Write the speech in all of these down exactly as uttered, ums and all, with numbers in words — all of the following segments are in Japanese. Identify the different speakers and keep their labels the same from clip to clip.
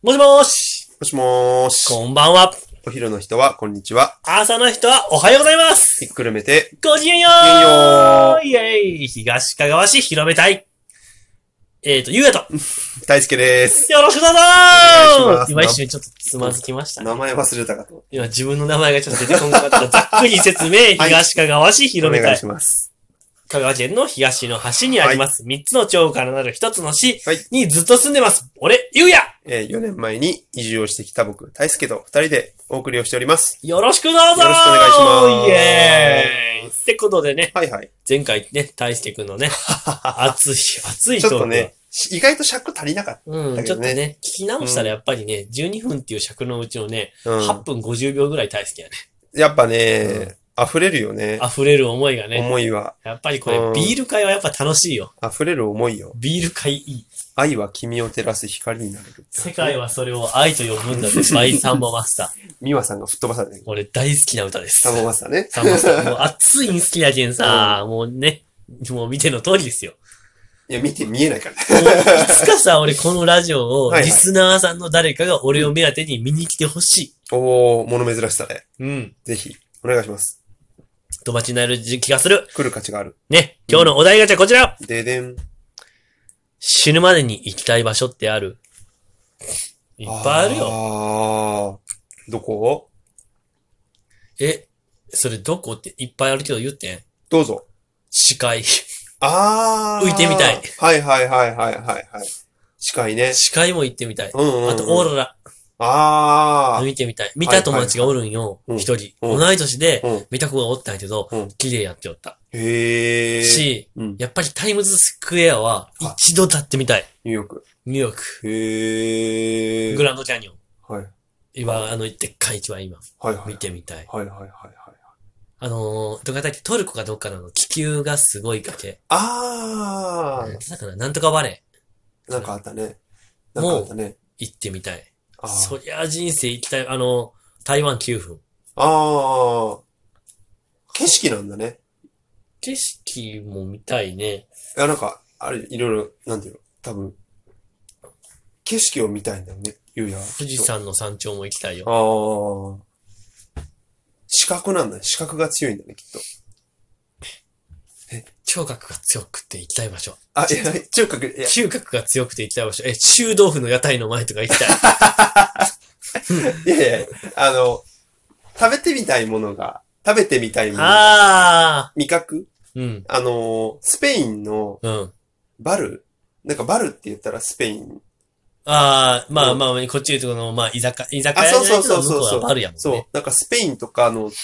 Speaker 1: もしもーし。
Speaker 2: もしもーし。
Speaker 1: こんばんは。
Speaker 2: お昼の人は、こんにちは。
Speaker 1: 朝の人は、おはようございます。
Speaker 2: ひっくるめて、
Speaker 1: ごきげんよ
Speaker 2: ごきげんよ
Speaker 1: ーイェーイ東かがわ市広めたい。えーと、ゆうやと。
Speaker 2: 大輔です。
Speaker 1: よろしくどうぞー
Speaker 2: お願いします。
Speaker 1: 今一瞬ちょっとつまずきましたね。
Speaker 2: 名前忘れたかと。
Speaker 1: 今自分の名前がちょっと出てこなかった。ざっくり説明、東かがわ市広めたい。
Speaker 2: お願いします。
Speaker 1: 香川県の東の端にあります。三、はい、つの町からなる一つの市にずっと住んでます。はい、俺、ゆうや
Speaker 2: えー、よねんまえに移住をしてきた僕、大輔と二人でお送りをしております。
Speaker 1: よろしくどうぞー
Speaker 2: よろしくお願いします。
Speaker 1: イエーイってことでね。
Speaker 2: はいはい。
Speaker 1: 前回ね、大輔くんのね、熱い、熱いトーク。
Speaker 2: ちょっとね、意外と尺足りなかった、ね。
Speaker 1: うん、ちょっとね、聞き直したらやっぱりね、うん、じゅうにふんっていう尺のうちのね、うん、はっぷんごじゅうびょうぐらい大輔やね。
Speaker 2: やっぱね、うん、溢れるよね。
Speaker 1: 溢れる思いがね。
Speaker 2: 思いは。
Speaker 1: やっぱりこれ、うん、ビール会はやっぱ楽しいよ。
Speaker 2: 溢れる思いよ。
Speaker 1: ビール会いい。
Speaker 2: 愛は君を照らす光になれる。
Speaker 1: 世界はそれを愛と呼ぶんだぜ、バイサンボマスター。
Speaker 2: ミワさんが吹っ飛ばされてる。
Speaker 1: 俺大好きな歌です。
Speaker 2: サンボマスターね。
Speaker 1: サンボマスター。もう熱いん好きだけんさ、うん、もうね、もう見ての通りですよ。
Speaker 2: いや、見て見えないから
Speaker 1: ね。もういつかさ、俺このラジオを、リスナーさんの誰かが俺を目当てに見に来てほしい。
Speaker 2: おー、物珍しさで。
Speaker 1: うん。
Speaker 2: ぜひ、お願いします。
Speaker 1: 友達になる気がする。
Speaker 2: 来る価値がある。
Speaker 1: ね。今日のお題ガチャこちら、
Speaker 2: うん、ででん。
Speaker 1: 死ぬまでに行きたい場所ってある？いっぱいあるよ。
Speaker 2: あー。どこ？
Speaker 1: え、それどこっていっぱいあるけど言ってん。
Speaker 2: どうぞ。
Speaker 1: 視界。
Speaker 2: あー。
Speaker 1: 浮いてみたい。
Speaker 2: はいはいはいはいはいはい。視界ね。
Speaker 1: 視界も行ってみたい。
Speaker 2: うんうんうん、
Speaker 1: あとオーロラ。
Speaker 2: あー。
Speaker 1: 見てみたい。見た友達がおるんよ。一、はいはい、人、うん。同い年で、見た子がおったんやけど、うん、綺麗やっておった。
Speaker 2: へー。
Speaker 1: し、うん、やっぱりタイムズスクエアは一度立ってみたい。
Speaker 2: ニューヨーク。
Speaker 1: ニューヨーク。
Speaker 2: へー。
Speaker 1: グランドキャニオン。
Speaker 2: はい。
Speaker 1: 今、あの、でっかい一番今。
Speaker 2: はいはい。
Speaker 1: 見てみたい。
Speaker 2: はいはいはいはい。
Speaker 1: あのー、どこだっけトルコかどっかの気球がすごい崖。
Speaker 2: あー。
Speaker 1: なんだかななんとかバレ
Speaker 2: ー。なんかあったね。なんかあったね。
Speaker 1: 行ってみたい。そりゃ人生行きたい。あの、台湾きゅうふん。
Speaker 2: ああ。景色なんだね。
Speaker 1: 景色も見たいね。
Speaker 2: いや、なんか、あれ、いろいろ、なんていうの、多分、景色を見たいんだよね、ゆうや。
Speaker 1: 富士山の山頂も行きたいよ。
Speaker 2: ああ。視覚なんだね。視覚が強いんだね、きっと。
Speaker 1: え、聴覚が強くて行きたい場所。
Speaker 2: あ、いや、聴覚、いや。
Speaker 1: 嗅覚が強くて行きたい場所。え、臭豆腐の屋台の前とか行きたい。
Speaker 2: いやいや、あの、食べてみたいものが、食べてみたいものが。
Speaker 1: ああ。
Speaker 2: 味覚
Speaker 1: うん。
Speaker 2: あの、スペインの、
Speaker 1: うん。
Speaker 2: バルなんかバルって言ったらスペイン。
Speaker 1: ああ、まあまあ、こっちいうとこの、まあ、居酒屋、居酒屋じゃないけど、向こうはバルやもんね。
Speaker 2: そう、なんかスペインとかのって、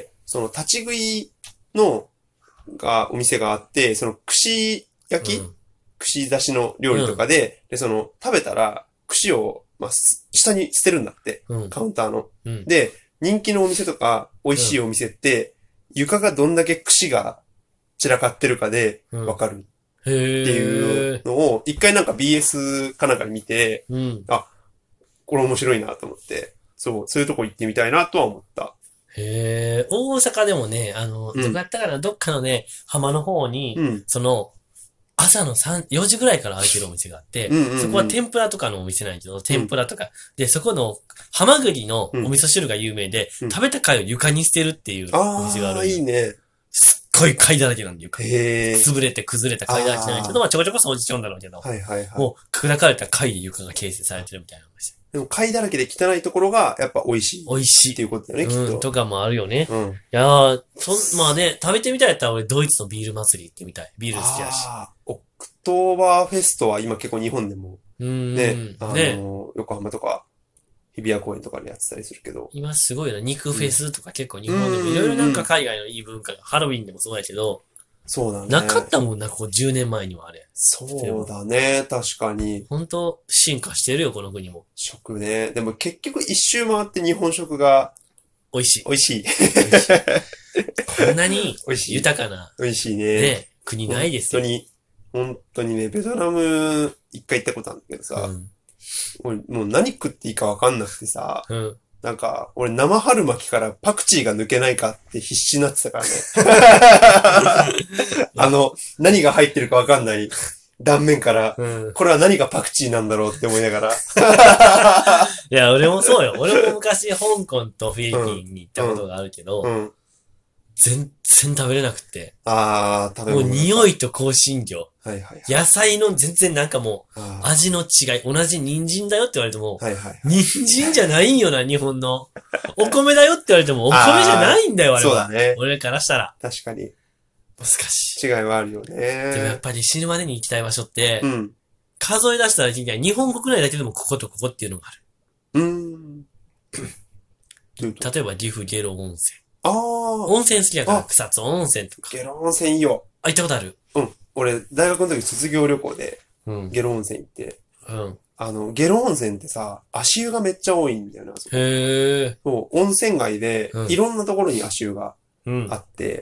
Speaker 2: その立ち食いの、が、お店があって、その串焼き、うん、串出しの料理とかで、うん、で、その、食べたら、串を、まあ、下に捨てるんだって、うん、カウンターの、うん。で、人気のお店とか、美味しいお店って、うん、床がどんだけ串が散らかってるかで、わかる。っていうのを、一回なんか ビーエス かなんかで見て、
Speaker 1: うん、
Speaker 2: あ、これ面白いなと思って、そう、そういうとこ行ってみたいなとは思った。
Speaker 1: へえ、大阪でもね、あの、うん、どこやったかな、どっかのね、浜の方に、うん、その、朝のさん、よじぐらいから開いてるお店があって、うんうんうん、そこは天ぷらとかのお店なんやけど、天ぷらとか、うん、で、そこの、ハマグリのお味噌汁が有名で、うん、食べた貝を床に捨てるっていうお店がある。
Speaker 2: ああ、いいね。
Speaker 1: すっごい貝だらけなんだよ。
Speaker 2: へー。
Speaker 1: 潰れて崩れた貝だらけなんやけど、まあちょこちょこ掃除しちゃうんだろうけど、
Speaker 2: はいはいはい。
Speaker 1: もう砕かれた貝で床が形成されてるみたいなお店。
Speaker 2: でも貝だらけで汚いところがやっぱ美味しい。
Speaker 1: 美味しい。
Speaker 2: っていうことだよね、きっと。
Speaker 1: うん、とかもあるよね。
Speaker 2: うん。
Speaker 1: いやー、そん、まあね、食べてみたいやったら俺ドイツのビール祭り行ってみたい。ビール好きだし。
Speaker 2: ああ、オクトーバーフェストは今結構日本でも、
Speaker 1: うん
Speaker 2: ね、あの、
Speaker 1: ね、
Speaker 2: 横浜とか、日比谷公園とかでやってたりするけど。
Speaker 1: 今すごいな、肉フェスとか結構日本でもいろいろなんか海外のいい文化が、ハロウィンでもそうやけど、
Speaker 2: そうだね。
Speaker 1: なかったもんな、ここじゅうねんまえにはあれ。
Speaker 2: そうだね、確かに。
Speaker 1: 本当進化してるよ、この国も。
Speaker 2: 食ね。でも結局一周回って日本食が
Speaker 1: 美味しい。
Speaker 2: 美味しい。
Speaker 1: 美味しいこんなに豊かな、
Speaker 2: 美味しいね。
Speaker 1: ね、国ないですよ。
Speaker 2: 本当に、本当にね、ベトナム一回行ったことあるんだけどさ、うん、俺もう何食っていいかわかんなくてさ、
Speaker 1: うん、
Speaker 2: なんか、俺生春巻きからパクチーが抜けないかって必死になってたからね。あの、何が入ってるかわかんない断面から、
Speaker 1: うん、
Speaker 2: これは何がパクチーなんだろうって思いながら。
Speaker 1: いや、俺もそうよ。俺も昔、香港とフィリピンに行ったことがあるけど、うんうん、全然食べれなくて。
Speaker 2: ああ、食べ物。
Speaker 1: もう匂いと香辛料。
Speaker 2: はいはいはい、
Speaker 1: 野菜の全然なんかもう、味の違い。同じ人参だよって言われても、
Speaker 2: はいはいはい、
Speaker 1: 人参じゃないんよな、日本の。お米だよって言われても、お米じゃないんだよ、あれは。
Speaker 2: そうだね。
Speaker 1: 俺からしたら。
Speaker 2: 確かに。
Speaker 1: 難し
Speaker 2: い。違いはあるよね。
Speaker 1: でもやっぱり死ぬまでに行きたい場所って、
Speaker 2: うん、
Speaker 1: 数え出したら日本国内だけでもこことここっていうのがある。
Speaker 2: うーん。
Speaker 1: 例えば岐阜下呂温泉。
Speaker 2: ああ。
Speaker 1: 温泉好きやから草津温泉とか。
Speaker 2: 下呂温泉いいよ。
Speaker 1: あ、行ったことある？
Speaker 2: うん。俺、大学の時卒業旅行で、
Speaker 1: うん、
Speaker 2: 下呂温泉行って、
Speaker 1: うん。
Speaker 2: あの、下呂温泉ってさ、足湯がめっちゃ多いんだよな、そこ。
Speaker 1: へー。
Speaker 2: そう、温泉街で、いろんなところに足湯があって、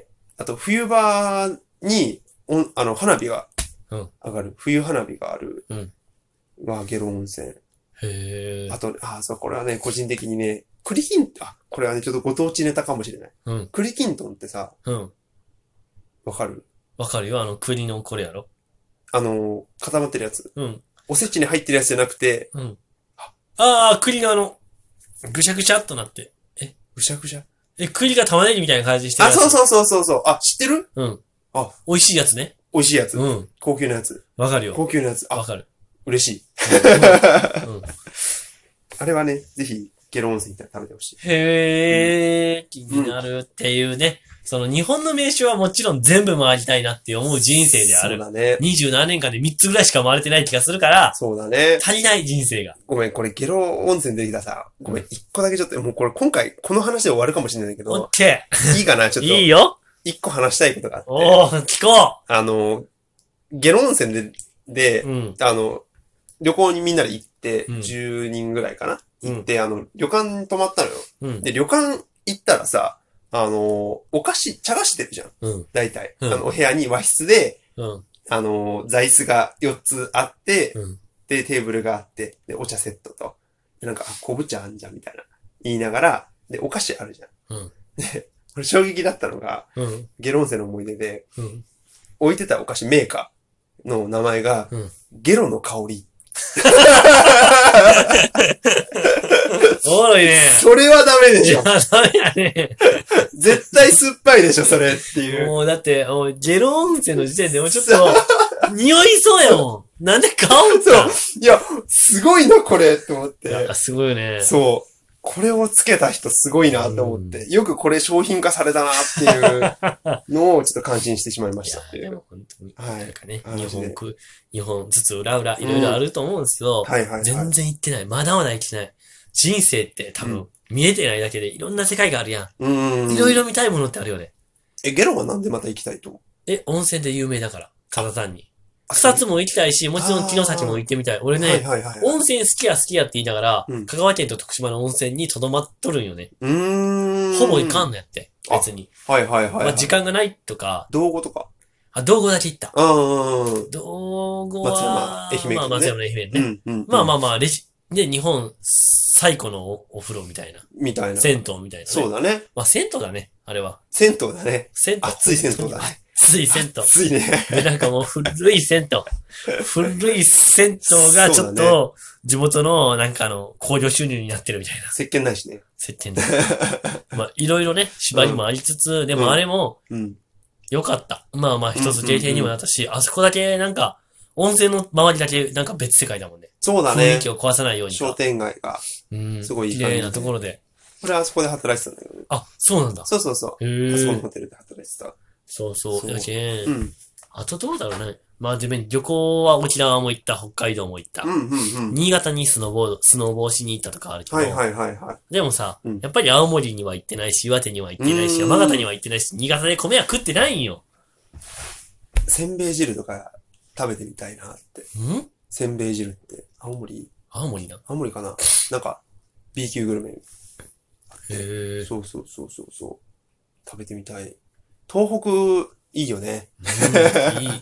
Speaker 2: うん、あと冬場に、おんあの、花火が上がる、うん、冬花火がある、うん、は下呂温泉。
Speaker 1: へー。
Speaker 2: あと、あ、そう、これはね、個人的にね、栗きん、あ、これはね、ちょっとご当地ネタかもしれない。うん。栗きんとんってさ、うん。わかる？
Speaker 1: わかるよ、あの、栗のこれやろ？
Speaker 2: あの、固まってるやつ。
Speaker 1: うん。
Speaker 2: おせちに入ってるやつじゃなくて、
Speaker 1: うん。ああ、栗のあの、ぐしゃぐしゃっとなって。
Speaker 2: え、ぐしゃぐしゃ？
Speaker 1: え、栗が玉ねぎみたいな感じしてる
Speaker 2: やつ。あ、そうそうそうそうそう。あ、知ってる？
Speaker 1: うん。
Speaker 2: あ、
Speaker 1: 美味しいやつね。
Speaker 2: 美味しいやつ。
Speaker 1: うん。
Speaker 2: 高級なやつ。
Speaker 1: わかるよ。
Speaker 2: 高級なやつ。
Speaker 1: あ、わかる。
Speaker 2: 嬉しい。うん。あれはね、ぜひ、下呂温泉行ったら食べてほしい。
Speaker 1: へー、気になるっていうね。その日本の名所はもちろん全部回りたいなって思う人生である。
Speaker 2: そうだね。
Speaker 1: 二十何年間で三つぐらいしか回れてない気がするから。
Speaker 2: そうだね。
Speaker 1: 足りない人生が。
Speaker 2: ごめん、これ下呂温泉できたさ。ごめん、一個だけちょっと、もうこれ今回この話で終わるかもしれないけど。
Speaker 1: オッケ
Speaker 2: ー。いいかな、ちょっと。
Speaker 1: いいよ。
Speaker 2: 一個話したいことがあって。
Speaker 1: おー、聞こ
Speaker 2: う。あの、下呂温泉で、で、うん、あの、旅行にみんなで行って、うん、じゅうにんぐらいかな、うん、行って、あの、旅館に泊まったのよ。うん、で、旅館行ったらさ、あの、お菓子、茶菓子出るじゃん。うん。大体。うん、あの、お部屋に和室で、うん。あの、座椅子がよっつあって、うん。で、テーブルがあって、で、お茶セットと、でなんか、昆布茶あんじゃんみたいな。言いながら、で、お菓子あるじゃん。うん。で、これ衝撃だったのが、うん。ゲロ温泉の思い出で、うん。置いてたお菓子メーカーの名前が、うん。ゲロの香り。
Speaker 1: おもろいね。
Speaker 2: それはダメでしょ。
Speaker 1: いや、ダメやね。
Speaker 2: 絶対酸っぱいでしょ、それっていう。
Speaker 1: もう、だって、もうゲロ温泉の時点でもうちょっと、匂いそうやもん。なんで香ったん？
Speaker 2: そう。いや、すごいな、これ、と思って。
Speaker 1: なんかすごいよね。
Speaker 2: そう。これをつけた人すごいなと思って、よくこれ商品化されたなっていうのをちょっと感心してしまいましたっていう。いや、でも本当に。はい。なんかね、日本く、日本ずつ裏裏いろいろあると思うんですけど、うん、はいはいはい、全然行ってない。まだまだ行ってない。人生って多分、見えてないだけでいろんな世界があるやん。うん。いろいろ見たいものってあるよね。 え、ゲロはなんでまた行きたいと？
Speaker 1: え、温泉で有名だから。ただ単に。草津も行きたいし、もちろん城崎も行ってみたい。俺ね、はいはいはいはい、温泉好きや好きやって言いながら、うん、香川県と徳島の温泉に留まっとるんよね。うーん。ほぼ行かんのやって、別に。
Speaker 2: はいはいはい、はい。
Speaker 1: まあ時間がないとか。
Speaker 2: 道後とか。
Speaker 1: あ、道後だけ行った。
Speaker 2: うん。
Speaker 1: 道後は、
Speaker 2: 松山、愛媛、ね。
Speaker 1: まあ松山の愛媛ね。うんうんうん、まあまあまあ、レジ、で、日本最古のお風呂みたいな。
Speaker 2: みたいな。
Speaker 1: 銭湯みたいな、ね。
Speaker 2: そうだね。
Speaker 1: まあ銭湯だね、あれは。
Speaker 2: 銭湯だね。
Speaker 1: 銭湯。
Speaker 2: 熱い銭湯だね。
Speaker 1: 熱い銭湯。
Speaker 2: 熱いね。
Speaker 1: で、なんかもう古い銭湯。古い銭湯がちょっと、地元のなんかあの、興行収入になってるみたいな。
Speaker 2: 石鹸ないしね。
Speaker 1: 石鹸ない。まあ、いろいろね、縛りもありつつ、うん、でもあれも、うん。良かった。まあまあ一つ経験にもなったし、うんうんうん、あそこだけなんか、温泉の周りだけなんか別世界だもんね。
Speaker 2: そうだね。
Speaker 1: 雰囲気を壊さないように。
Speaker 2: 商店街が。うん。すごいいい感じ。
Speaker 1: 綺麗なところで。
Speaker 2: これはあそこで働いてたんだけどね。
Speaker 1: あ、そうなんだ。
Speaker 2: そうそうそう。へあそこのホテルで働いてた。
Speaker 1: そうそう。だけん。うん。あとどうだろうね。まあ、でも旅行は沖縄も行った、北海道も行った。うんうんうん。新潟にスノーボード、スノーボーしに行ったとかあるけど。
Speaker 2: はいはいはいはい。
Speaker 1: でもさ、うん、やっぱり青森には行ってないし、岩手には行ってないし、山形には行ってないし、新潟で米は食ってないんよ。
Speaker 2: せんべい汁とか食べてみたいなって。んせんべい汁って、青森
Speaker 1: 青森な。
Speaker 2: 青森かななんか、B 級グルメ。へ
Speaker 1: え。
Speaker 2: そうそうそうそうそう。食べてみたい。東北、いいよね。うん、いい。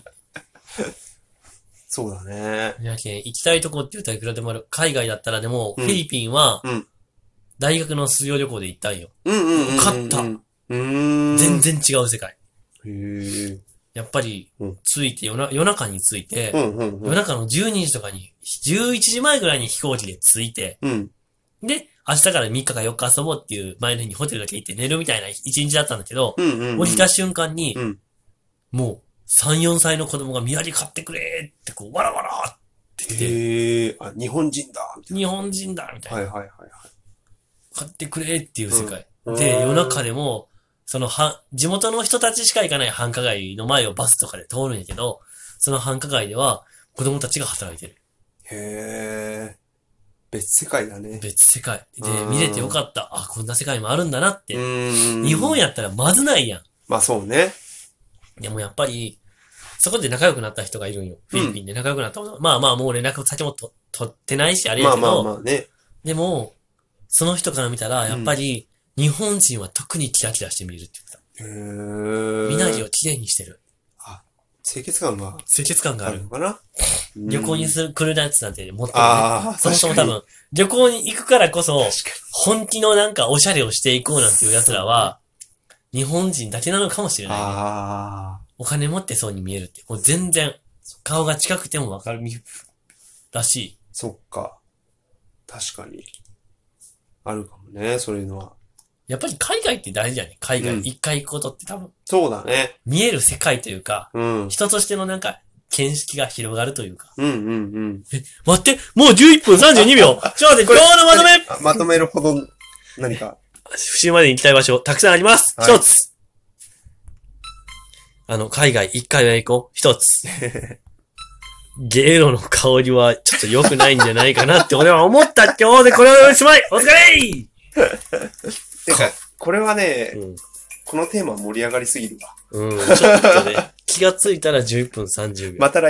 Speaker 2: そうだね。
Speaker 1: やけん、行きたいとこって言ったらいくらでもある。海外だったらでも、うん、フィリピンは、うん、大学の卒業旅行で行ったんよ。うんうんうんうん。よかった。うん。全然違う世界。
Speaker 2: へえ。
Speaker 1: やっぱり、着いて、夜な夜中に着いて、
Speaker 2: うんうんうん、
Speaker 1: 夜中のじゅうにじとかに、じゅういちじまえぐらいに飛行機で着いて、
Speaker 2: うん、
Speaker 1: で、明日からみっかかよっか遊ぼうっていう前の日にホテルだけ行って寝るみたいな一日だったんだけど、
Speaker 2: うんうんうん、
Speaker 1: 降りた瞬間に、
Speaker 2: うん、
Speaker 1: もうさん、よんさいの子供が宮城買ってくれってこう、わらわらって言って、
Speaker 2: へー、あ、日本人だみたいな。
Speaker 1: 日本人だみたいな。
Speaker 2: はいはいはいはい。
Speaker 1: 買ってくれっていう世界。
Speaker 2: うん、
Speaker 1: で、夜中でも、そのは、地元の人たちしか行かない繁華街の前をバスとかで通るんやけど、その繁華街では子供たちが働いてる。
Speaker 2: へー。別世界だね。
Speaker 1: 別世界。で、見れてよかった。あ、こんな世界もあるんだなって。
Speaker 2: うん
Speaker 1: 日本やったらまずないやん。
Speaker 2: まあそうね。
Speaker 1: でもやっぱり、そこで仲良くなった人がいるんよ。フィリピンで仲良くなったもの、うん、まあまあもう連絡先もと取ってないし、あれやけど。まあまあまあね。でも、その人から見たら、やっぱり、日本人は特にキラキラして見えるって言ってた。へー。身なりをきれいにしてる。
Speaker 2: あ、清潔感が。
Speaker 1: 清潔感がある。
Speaker 2: あるのかな？
Speaker 1: 旅行にする、来るやつなんて持ってる、ね。ああ、そもそも多分、旅行に行くからこそ、本気のなんかおしゃれをしていこうなんていう奴らは、日本人だけなのかもしれない、ね。ああ。お金持ってそうに見えるって。もう全然、顔が近くてもわかるらしい。
Speaker 2: そっか。確かに。あるかもね、そういうのは。
Speaker 1: やっぱり海外って大事やね。海外一回行くことって多分。
Speaker 2: そうだね。
Speaker 1: 見える世界というか、
Speaker 2: うん、
Speaker 1: 人としてのなんか、見識が広がるというか。
Speaker 2: うんうんうん。
Speaker 1: え、待って、もうじゅういっぷんさんじゅうにびょう。ちょっと待って、今日のまとめ
Speaker 2: まとめるほど、何か。
Speaker 1: 節までに行きたい場所、たくさんあります。一、はい、つ。あの、海外一回は行こう。一つ。ゲロの香りはちょっと良くないんじゃないかなって俺は思った今日でこれはおしまいお疲れ
Speaker 2: てか、これはね、うん、このテーマ盛り上がりすぎるわ。
Speaker 1: うん、ちょっとね、気がついたらじゅういっぷんさんじゅうびょう。
Speaker 2: また来